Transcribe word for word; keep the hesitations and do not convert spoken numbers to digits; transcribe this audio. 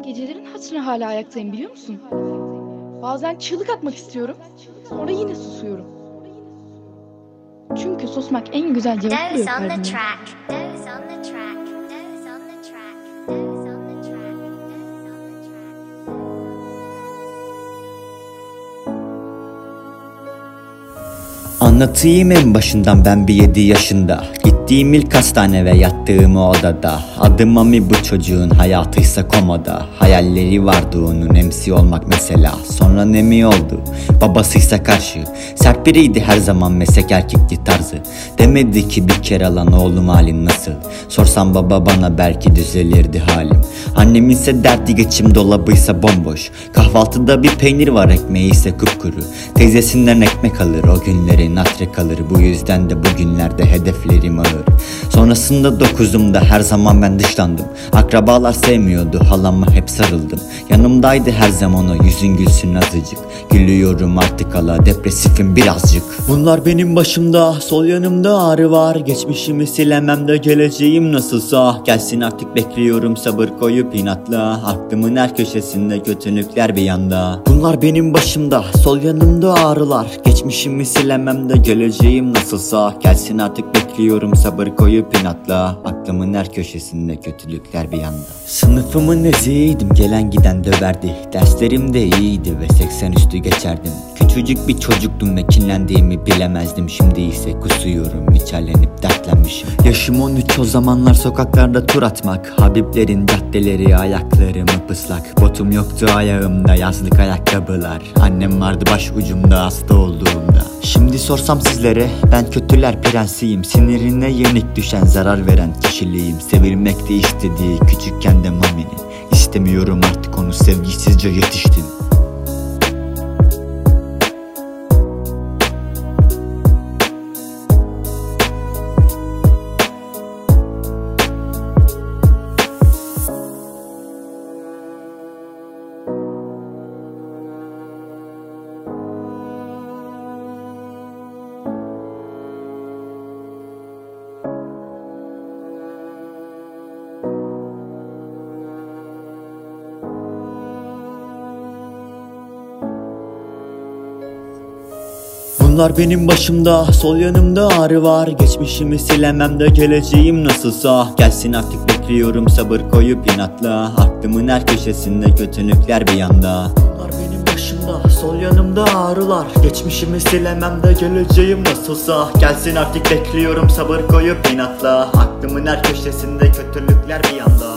gecelerin hatırına hala ayaktayım, biliyor musun? Bazen çığlık atmak istiyorum, sonra yine susuyorum. Çünkü susmak en güzel cevap Doze buluyor on the kalbime. track. Doze on the track. Doze on the track. Doze on the track. Doze on the track. Anlatayım en başından, ben bir yedi yaşında gittiğim ilk hastane ve yattığım o odada. Adı Mami, bu çocuğun hayatıysa komada. Hayalleri vardı onun, M C olmak mesela. Sonra Nemi oldu, babasıysa karşı. Sert biriydi her zaman, meslek erkekli tarzı. Demedi ki bir kere lan oğlum halin nasıl. Sorsam baba bana belki düzelirdi halim. Anneminse derdi geçim dolabıysa bomboş. Kahvaltıda bir peynir var, ekmeği ise kupkuru. Teyzesinden ekmek alır, o günlerin hatırı kalır. Bu yüzden de bugünlerde hedeflerim ağır. Sonrasında dokuzumda her zaman ben dışlandım. Akrabalar sevmiyordu, halama hep sarıldım. Yanımdaydı her zaman o, yüzün gülsün azıcık. Gülüyorum artık hala, depresifim birazcık. Bunlar benim başımda, sol yanımda ağrı var. Geçmişimi silemem de geleceğim nasılsa. Gelsin artık bekliyorum sabır koyup inatla. Aklımın her köşesinde kötülükler bir yanda. Bunlar benim başımda, sol yanımda ağrılar. Geçmişimi silemem de geleceğim nasılsa. Gelsin artık bekliyorum sabır koyup inatla. Aklımın her köşesinde kötülükler bir yanda. Sınıfımın eziydim, gelen giden döverdi. Derslerim de iyiydi ve seksen üstü geçerdim. Küçücük bir çocuktum ve kinlendiğimi bilemezdim. Şimdi ise kusuyorum, içerlenip dertlenmişim. Yaşım on üç, o zamanlar sokaklarda tur atmak. Habiblerin caddeleri, ayaklarım ıslak. Botum yoktu ayağımda, yazlık ayakkabılar. Annem vardı baş ucumda hasta olduğumda. Şimdi sorsam sizlere, ben kötüler prensiyim. Sinirine yenik düşen, zarar veren kişiliğim. Sevilmek de istediği küçükken de Mami'nin. İstemiyorum artık onu, sevgisizce yetiştim. Bunlar benim başımda, sol yanımda ağrı var. Geçmişimi silemem de geleceğim nasılsa. Gelsin artık bekliyorum sabır koyup inatla. Aklımın her köşesinde kötülükler bir yanda. Bunlar benim başımda, sol yanımda ağrılar. Geçmişimi silemem de geleceğim nasılsa. Gelsin artık bekliyorum sabır koyup inatla. Aklımın her köşesinde kötülükler bir yanda.